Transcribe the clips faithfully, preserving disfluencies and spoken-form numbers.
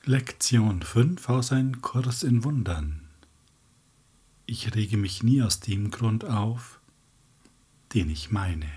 Lektion fünf aus Ein Kurs in Wundern. Ich rege mich nie aus dem Grund auf, den ich meine.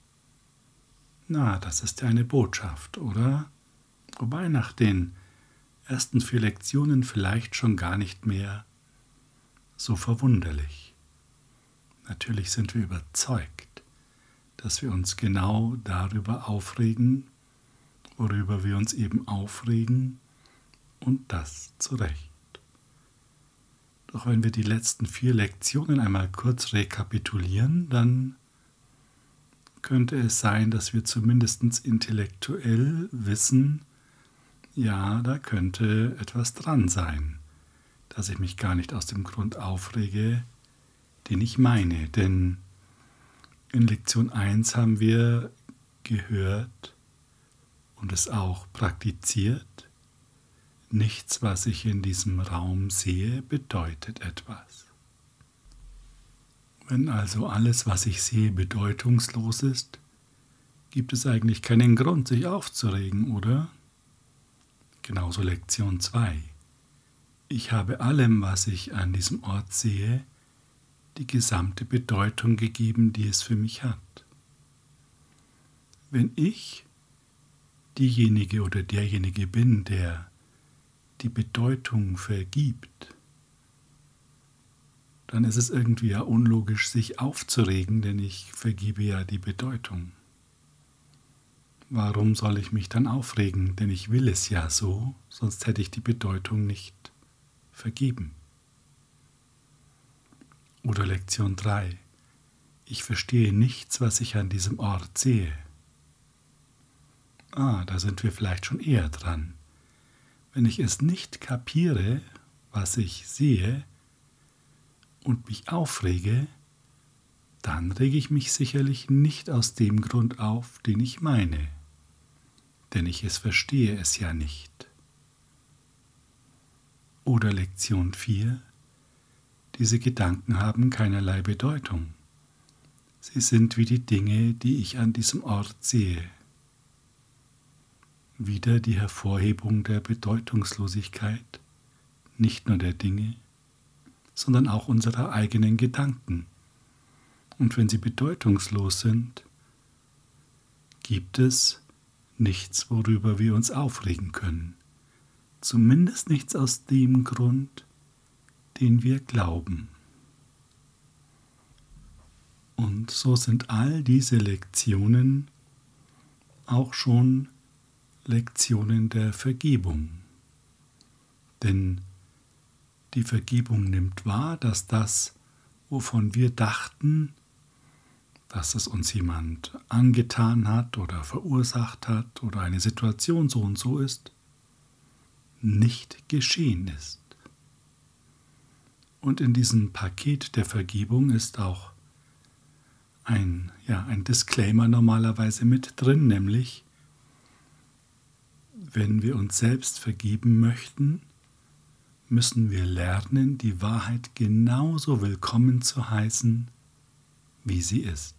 Na, das ist ja eine Botschaft, oder? Wobei nach den ersten vier Lektionen vielleicht schon gar nicht mehr so verwunderlich. Natürlich sind wir überzeugt, dass wir uns genau darüber aufregen, worüber wir uns eben aufregen, und das zu Recht. Doch wenn wir die letzten vier Lektionen einmal kurz rekapitulieren, dann könnte es sein, dass wir zumindest intellektuell wissen, ja, da könnte etwas dran sein, dass ich mich gar nicht aus dem Grund aufrege, den ich meine. Denn in Lektion eins haben wir gehört und es auch praktiziert: Nichts, was ich in diesem Raum sehe, bedeutet etwas. Wenn also alles, was ich sehe, bedeutungslos ist, gibt es eigentlich keinen Grund, sich aufzuregen, oder? Genauso Lektion zwei. Ich habe allem, was ich an diesem Ort sehe, die gesamte Bedeutung gegeben, die es für mich hat. Wenn ich diejenige oder derjenige bin, der die Bedeutung vergibt, dann ist es irgendwie ja unlogisch, sich aufzuregen, denn ich vergebe ja die Bedeutung. Warum soll ich mich dann aufregen? Denn ich will es ja so, sonst hätte ich die Bedeutung nicht vergeben. Oder Lektion drei. Ich verstehe nichts, was ich an diesem Ort sehe. Ah, da sind wir vielleicht schon eher dran. Wenn ich es nicht kapiere, was ich sehe, und mich aufrege, dann rege ich mich sicherlich nicht aus dem Grund auf, den ich meine, denn ich es verstehe es ja nicht. Oder Lektion vier. Diese Gedanken haben keinerlei Bedeutung. Sie sind wie die Dinge, die ich an diesem Ort sehe. Wieder die Hervorhebung der Bedeutungslosigkeit, nicht nur der Dinge, sondern auch unserer eigenen Gedanken. Und wenn sie bedeutungslos sind, gibt es nichts, worüber wir uns aufregen können. Zumindest nichts aus dem Grund, den wir glauben. Und so sind all diese Lektionen auch schon Lektionen der Vergebung. Denn die Vergebung nimmt wahr, dass das, wovon wir dachten, dass es uns jemand angetan hat oder verursacht hat oder eine Situation so und so ist, nicht geschehen ist. Und in diesem Paket der Vergebung ist auch ein, ja, ein Disclaimer normalerweise mit drin, nämlich: Wenn wir uns selbst vergeben möchten, müssen wir lernen, die Wahrheit genauso willkommen zu heißen, wie sie ist.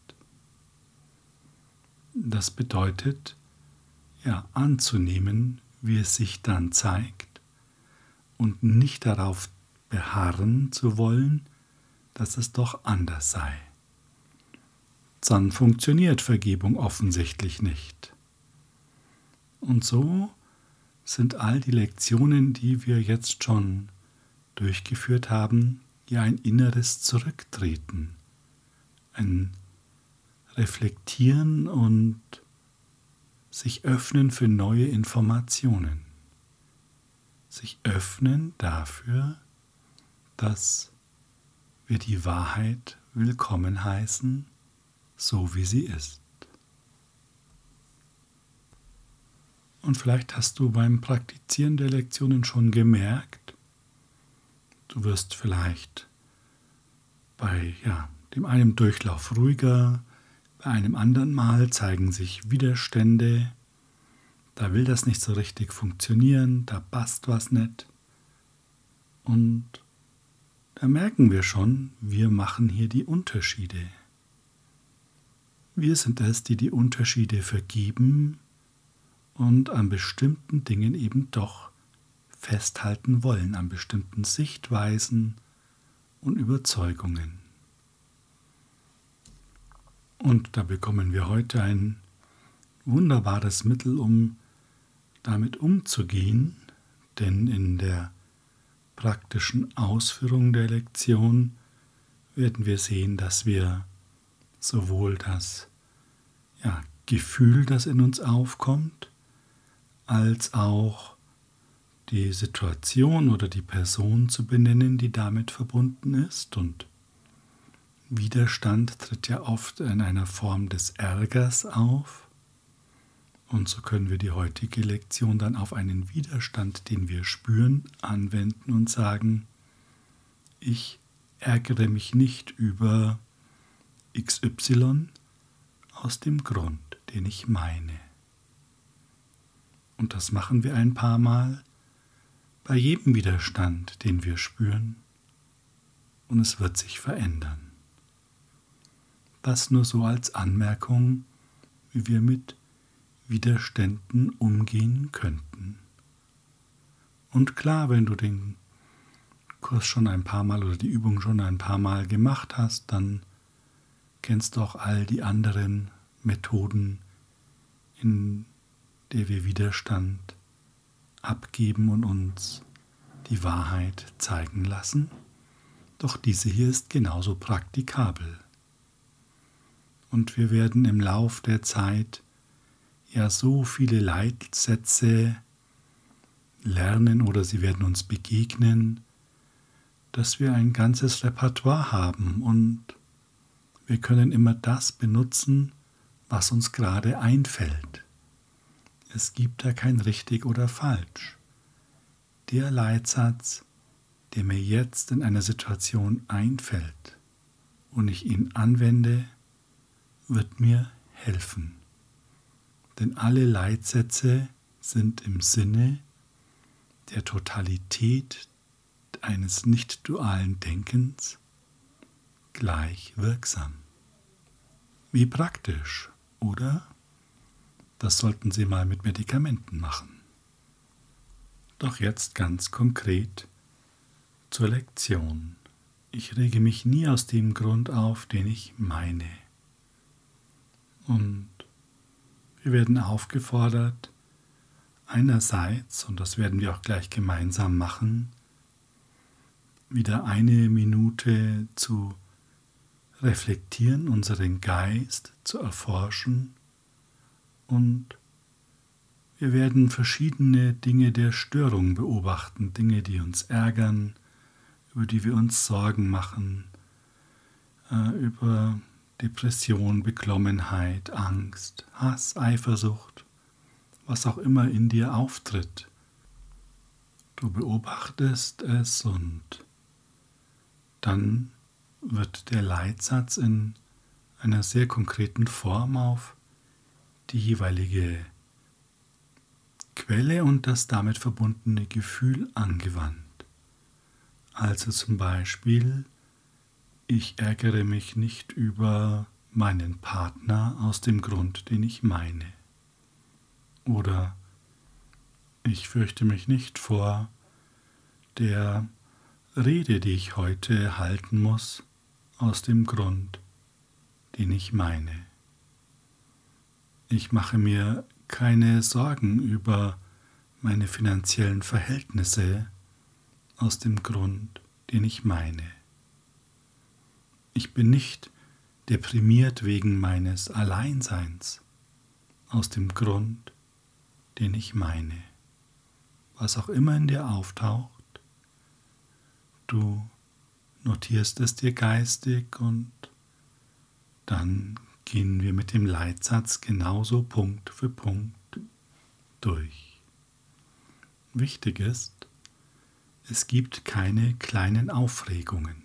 Das bedeutet, ja, anzunehmen, wie es sich dann zeigt, und nicht darauf beharren zu wollen, dass es doch anders sei. Dann funktioniert Vergebung offensichtlich nicht. Und so sind all die Lektionen, die wir jetzt schon durchgeführt haben, ja ein inneres Zurücktreten, ein Reflektieren und sich öffnen für neue Informationen, sich öffnen dafür, dass wir die Wahrheit willkommen heißen, so wie sie ist. Und vielleicht hast du beim Praktizieren der Lektionen schon gemerkt, du wirst vielleicht bei ja, dem einen Durchlauf ruhiger, bei einem anderen Mal zeigen sich Widerstände, da will das nicht so richtig funktionieren, da passt was nicht. Und da merken wir schon, wir machen hier die Unterschiede. Wir sind es, die die Unterschiede vergeben und an bestimmten Dingen eben doch festhalten wollen an bestimmten Sichtweisen und Überzeugungen. Und da bekommen wir heute ein wunderbares Mittel, um damit umzugehen, denn in der praktischen Ausführung der Lektion werden wir sehen, dass wir sowohl das ja, Gefühl, das in uns aufkommt, als auch die Situation oder die Person zu benennen, die damit verbunden ist. Und Widerstand tritt ja oft in einer Form des Ärgers auf. Und so können wir die heutige Lektion dann auf einen Widerstand, den wir spüren, anwenden und sagen, ich ärgere mich nicht über X Y aus dem Grund, den ich meine. Und das machen wir ein paar Mal bei jedem Widerstand, den wir spüren, und es wird sich verändern. Das nur so als Anmerkung, wie wir mit Widerständen umgehen könnten. Und klar, wenn du den Kurs schon ein paar Mal oder die Übung schon ein paar Mal gemacht hast, dann kennst du auch all die anderen Methoden, in der wir Widerstand abgeben und uns die Wahrheit zeigen lassen. Doch diese hier ist genauso praktikabel. Und wir werden im Lauf der Zeit ja so viele Leitsätze lernen oder sie werden uns begegnen, dass wir ein ganzes Repertoire haben und wir können immer das benutzen, was uns gerade einfällt. Es gibt da kein richtig oder falsch. Der Leitsatz, der mir jetzt in einer Situation einfällt und ich ihn anwende, wird mir helfen. Denn alle Leitsätze sind im Sinne der Totalität eines nicht-dualen Denkens gleich wirksam. Wie praktisch, oder? Das sollten Sie mal mit Medikamenten machen. Doch jetzt ganz konkret zur Lektion. Ich rege mich nie aus dem Grund auf, den ich meine. Und wir werden aufgefordert, einerseits, und das werden wir auch gleich gemeinsam machen, wieder eine Minute zu reflektieren, unseren Geist zu erforschen, und wir werden verschiedene Dinge der Störung beobachten, Dinge, die uns ärgern, über die wir uns Sorgen machen, äh, über Depression, Beklommenheit, Angst, Hass, Eifersucht, was auch immer in dir auftritt. Du beobachtest es und dann wird der Leitsatz in einer sehr konkreten Form auf die jeweilige Quelle und das damit verbundene Gefühl angewandt. Also zum Beispiel, ich ärgere mich nicht über meinen Partner aus dem Grund, den ich meine. Oder ich fürchte mich nicht vor der Rede, die ich heute halten muss, aus dem Grund, den ich meine. Ich mache mir keine Sorgen über meine finanziellen Verhältnisse aus dem Grund, den ich meine. Ich bin nicht deprimiert wegen meines Alleinseins aus dem Grund, den ich meine. Was auch immer in dir auftaucht, du notierst es dir geistig und dann gehen wir mit dem Leitsatz genauso Punkt für Punkt durch. Wichtig ist, es gibt keine kleinen Aufregungen.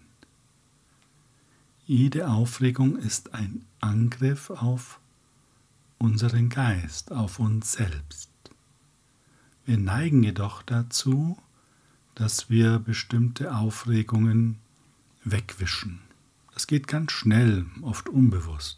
Jede Aufregung ist ein Angriff auf unseren Geist, auf uns selbst. Wir neigen jedoch dazu, dass wir bestimmte Aufregungen wegwischen. Das geht ganz schnell, oft unbewusst.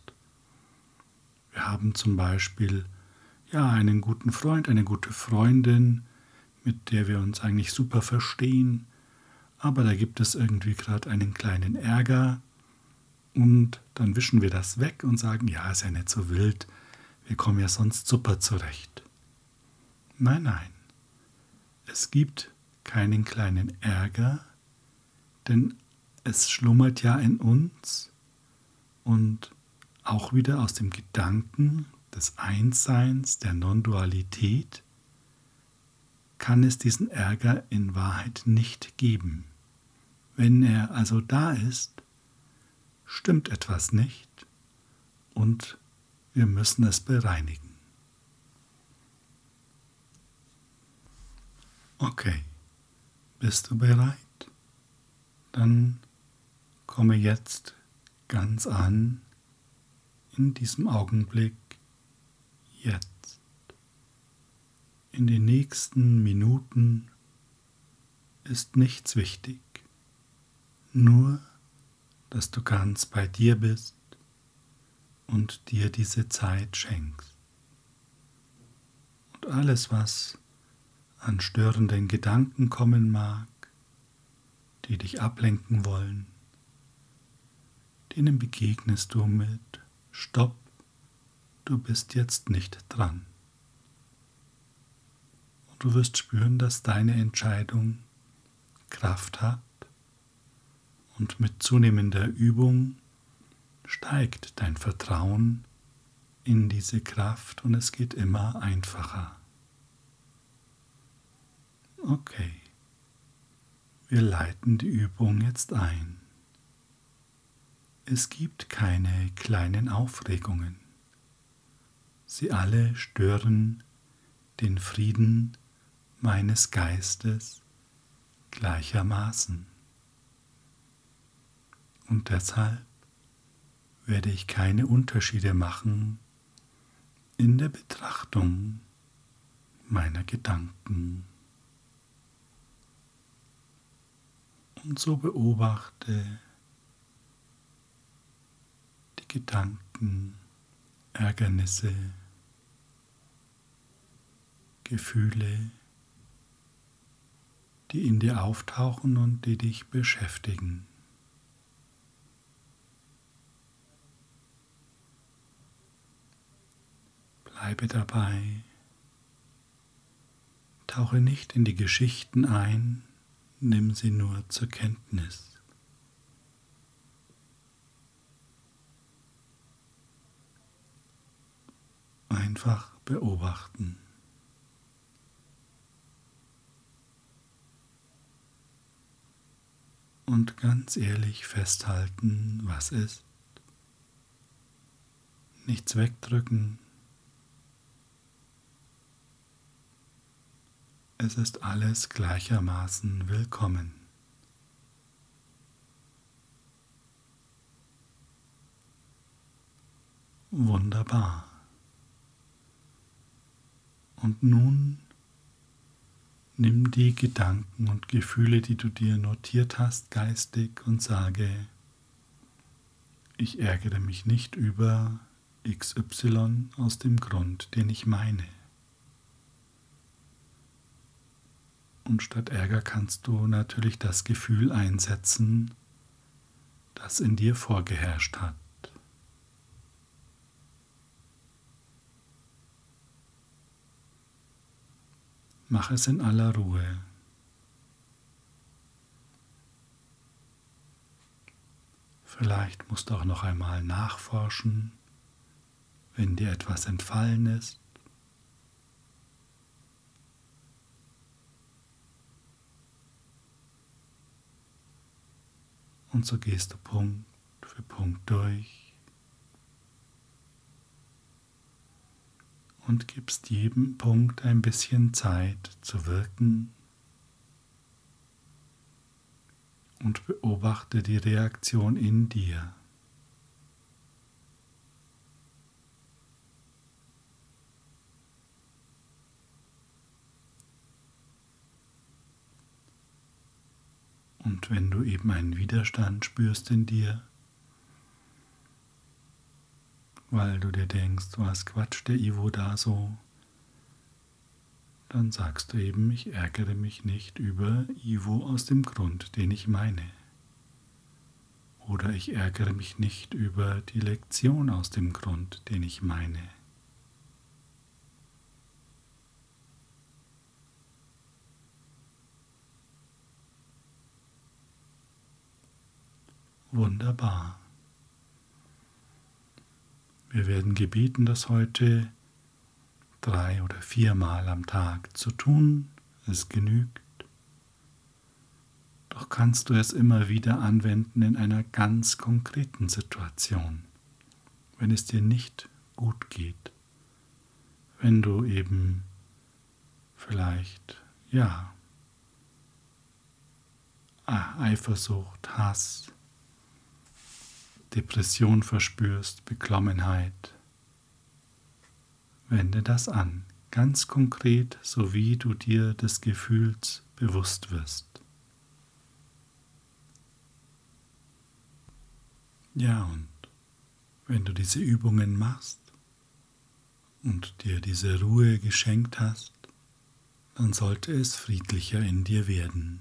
Wir haben zum Beispiel ja, einen guten Freund, eine gute Freundin, mit der wir uns eigentlich super verstehen, aber da gibt es irgendwie gerade einen kleinen Ärger und dann wischen wir das weg und sagen, ja, ist ja nicht so wild, wir kommen ja sonst super zurecht. Nein, nein, es gibt keinen kleinen Ärger, denn es schlummert ja in uns und auch wieder aus dem Gedanken des Einsseins, der Non-Dualität, kann es diesen Ärger in Wahrheit nicht geben. Wenn er also da ist, stimmt etwas nicht und wir müssen es bereinigen. Okay, bist du bereit? Dann komme jetzt ganz an in diesem Augenblick, jetzt. In den nächsten Minuten ist nichts wichtig, nur, dass du ganz bei dir bist und dir diese Zeit schenkst. Und alles, was an störenden Gedanken kommen mag, die dich ablenken wollen, denen begegnest du mit Stopp, du bist jetzt nicht dran. Und du wirst spüren, dass deine Entscheidung Kraft hat und mit zunehmender Übung steigt dein Vertrauen in diese Kraft und es geht immer einfacher. Okay, wir leiten die Übung jetzt ein. Es gibt keine kleinen Aufregungen. Sie alle stören den Frieden meines Geistes gleichermaßen. Und deshalb werde ich keine Unterschiede machen in der Betrachtung meiner Gedanken. Und so beobachte die Gedanken, Ärgernisse, Gefühle, die in dir auftauchen und die dich beschäftigen. Bleibe dabei, tauche nicht in die Geschichten ein, nimm sie nur zur Kenntnis. Einfach beobachten. Und ganz ehrlich festhalten, was ist. Nichts wegdrücken. Es ist alles gleichermaßen willkommen. Wunderbar. Und nun nimm die Gedanken und Gefühle, die du dir notiert hast, geistig und sage, ich ärgere mich nicht über X Y aus dem Grund, den ich meine. Und statt Ärger kannst du natürlich das Gefühl einsetzen, das in dir vorgeherrscht hat. Mach es in aller Ruhe. Vielleicht musst du auch noch einmal nachforschen, wenn dir etwas entfallen ist. Und so gehst du Punkt für Punkt durch und gibst jedem Punkt ein bisschen Zeit zu wirken und beobachte die Reaktion in dir. Und wenn du eben einen Widerstand spürst in dir, weil du dir denkst, was quatscht der Ivo da so, dann sagst du eben, ich ärgere mich nicht über Ivo aus dem Grund, den ich meine. Oder ich ärgere mich nicht über die Lektion aus dem Grund, den ich meine. Wunderbar. Wir werden gebeten, das heute drei oder viermal am Tag zu tun. Es genügt. Doch kannst du es immer wieder anwenden in einer ganz konkreten Situation, wenn es dir nicht gut geht, wenn du eben vielleicht, ja, Eifersucht, Hass, Depression verspürst, Beklommenheit. Wende das an, ganz konkret, so wie du dir des Gefühls bewusst wirst. Ja, und wenn du diese Übungen machst und dir diese Ruhe geschenkt hast, dann sollte es friedlicher in dir werden.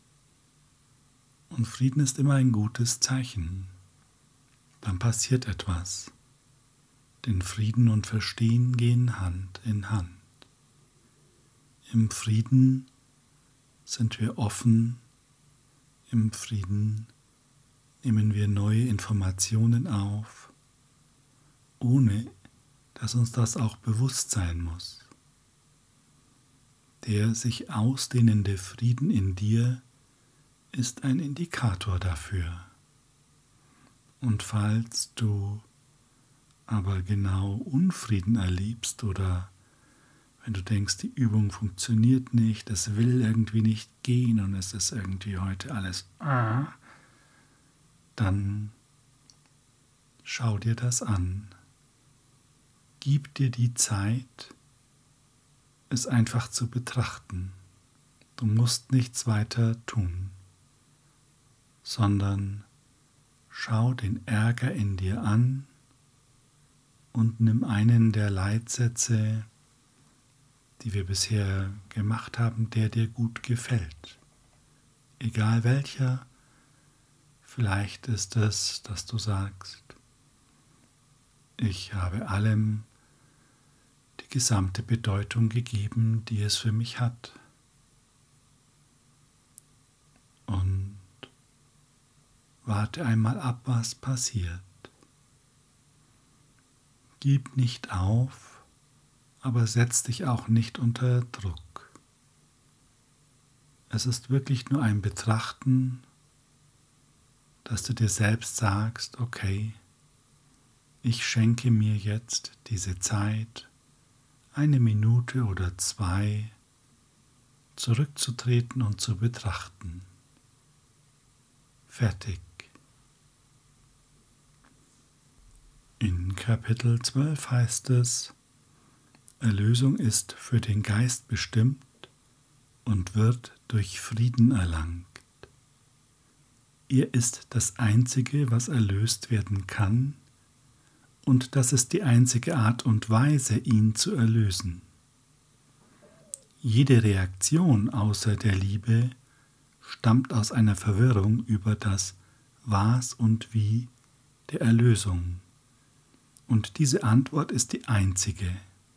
Und Frieden ist immer ein gutes Zeichen. Dann passiert etwas. Denn Frieden und Verstehen gehen Hand in Hand. Im Frieden sind wir offen, im Frieden nehmen wir neue Informationen auf, ohne dass uns das auch bewusst sein muss. Der sich ausdehnende Frieden in dir ist ein Indikator dafür. Und falls du aber genau Unfrieden erlebst oder wenn du denkst, die Übung funktioniert nicht, es will irgendwie nicht gehen und es ist irgendwie heute alles ah, dann schau dir das an. Gib dir die Zeit, es einfach zu betrachten. Du musst nichts weiter tun, sondern schau den Ärger in dir an und nimm einen der Leitsätze, die wir bisher gemacht haben, der dir gut gefällt. Egal welcher, vielleicht ist es, dass du sagst, ich habe allem die gesamte Bedeutung gegeben, die es für mich hat. Und warte einmal ab, was passiert. Gib nicht auf, aber setz dich auch nicht unter Druck. Es ist wirklich nur ein Betrachten, dass du dir selbst sagst, okay, ich schenke mir jetzt diese Zeit, eine Minute oder zwei, zurückzutreten und zu betrachten. Fertig. In Kapitel zwölf heißt es, Erlösung ist für den Geist bestimmt und wird durch Frieden erlangt. Er ist das Einzige, was erlöst werden kann, und das ist die einzige Art und Weise, ihn zu erlösen. Jede Reaktion außer der Liebe stammt aus einer Verwirrung über das Was und Wie der Erlösung. Und diese Antwort ist die einzige.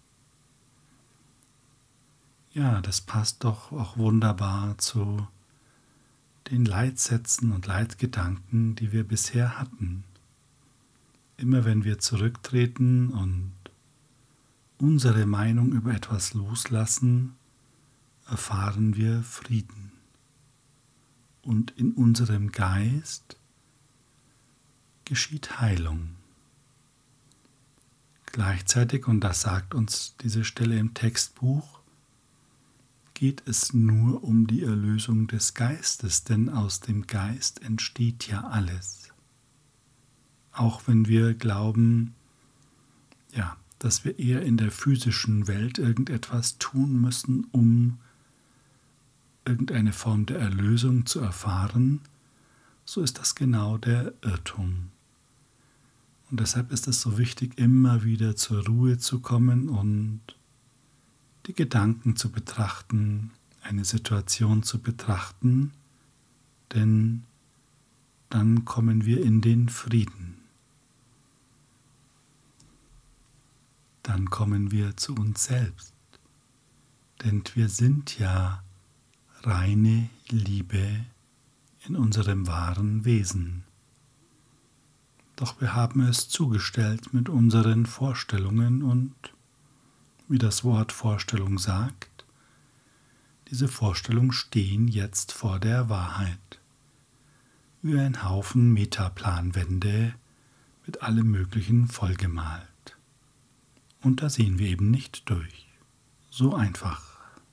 Ja, das passt doch auch wunderbar zu den Leitsätzen und Leitgedanken, die wir bisher hatten. Immer wenn wir zurücktreten und unsere Meinung über etwas loslassen, erfahren wir Frieden. Und in unserem Geist geschieht Heilung. Gleichzeitig, und das sagt uns diese Stelle im Textbuch, geht es nur um die Erlösung des Geistes, denn aus dem Geist entsteht ja alles. Auch wenn wir glauben, ja, dass wir eher in der physischen Welt irgendetwas tun müssen, um irgendeine Form der Erlösung zu erfahren, so ist das genau der Irrtum. Und deshalb ist es so wichtig, immer wieder zur Ruhe zu kommen und die Gedanken zu betrachten, eine Situation zu betrachten, denn dann kommen wir in den Frieden. Dann kommen wir zu uns selbst, denn wir sind ja reine Liebe in unserem wahren Wesen. Doch wir haben es zugestellt mit unseren Vorstellungen und, wie das Wort Vorstellung sagt, diese Vorstellungen stehen jetzt vor der Wahrheit, wie ein Haufen Metaplanwände mit allem Möglichen vollgemalt. Und da sehen wir eben nicht durch. So einfach.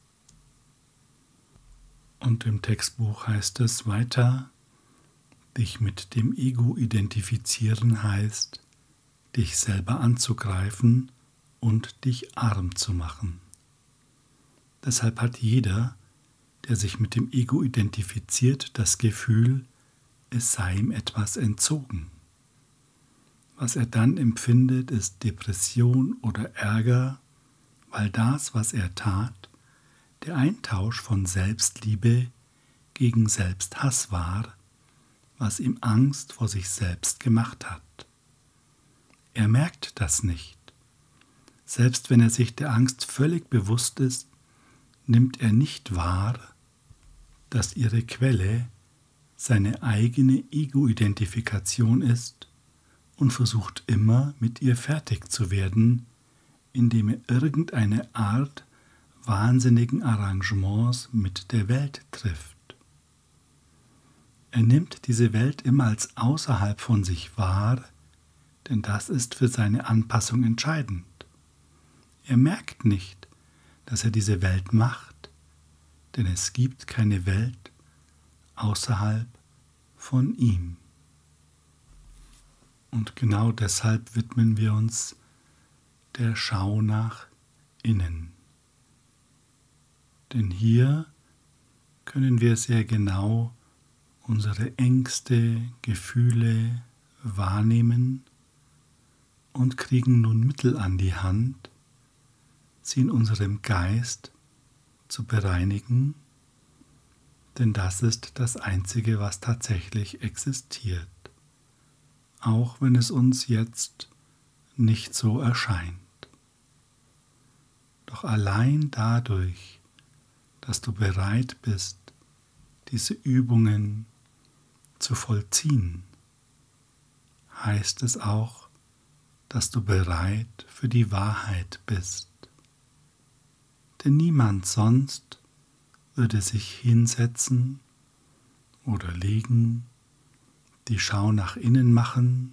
Und im Textbuch heißt es weiter, dich mit dem Ego identifizieren heißt, dich selber anzugreifen und dich arm zu machen. Deshalb hat jeder, der sich mit dem Ego identifiziert, das Gefühl, es sei ihm etwas entzogen. Was er dann empfindet, ist Depression oder Ärger, weil das, was er tat, der Eintausch von Selbstliebe gegen Selbsthass war, was ihm Angst vor sich selbst gemacht hat. Er merkt das nicht. Selbst wenn er sich der Angst völlig bewusst ist, nimmt er nicht wahr, dass ihre Quelle seine eigene Ego-Identifikation ist und versucht immer, mit ihr fertig zu werden, indem er irgendeine Art wahnsinnigen Arrangements mit der Welt trifft. Er nimmt diese Welt immer als außerhalb von sich wahr, denn das ist für seine Anpassung entscheidend. Er merkt nicht, dass er diese Welt macht, denn es gibt keine Welt außerhalb von ihm. Und genau deshalb widmen wir uns der Schau nach innen. Denn hier können wir sehr genau unsere Ängste, Gefühle wahrnehmen und kriegen nun Mittel an die Hand, sie in unserem Geist zu bereinigen, denn das ist das Einzige, was tatsächlich existiert, auch wenn es uns jetzt nicht so erscheint. Doch allein dadurch, dass du bereit bist, diese Übungen zu vollziehen, heißt es auch, dass du bereit für die Wahrheit bist. Denn niemand sonst würde sich hinsetzen oder liegen, die Schau nach innen machen,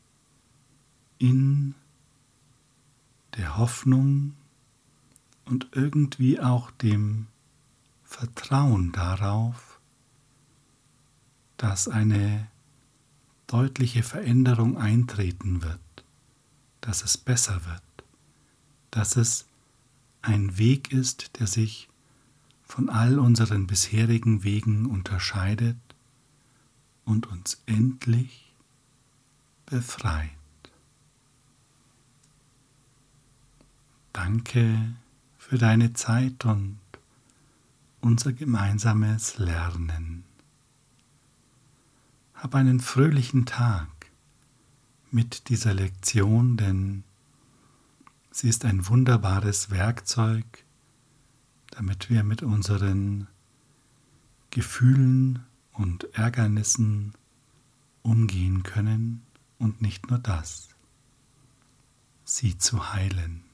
in der Hoffnung und irgendwie auch dem Vertrauen darauf, dass eine deutliche Veränderung eintreten wird, dass es besser wird, dass es ein Weg ist, der sich von all unseren bisherigen Wegen unterscheidet und uns endlich befreit. Danke für deine Zeit und unser gemeinsames Lernen. Hab einen fröhlichen Tag mit dieser Lektion, denn sie ist ein wunderbares Werkzeug, damit wir mit unseren Gefühlen und Ärgernissen umgehen können und nicht nur das, sie zu heilen.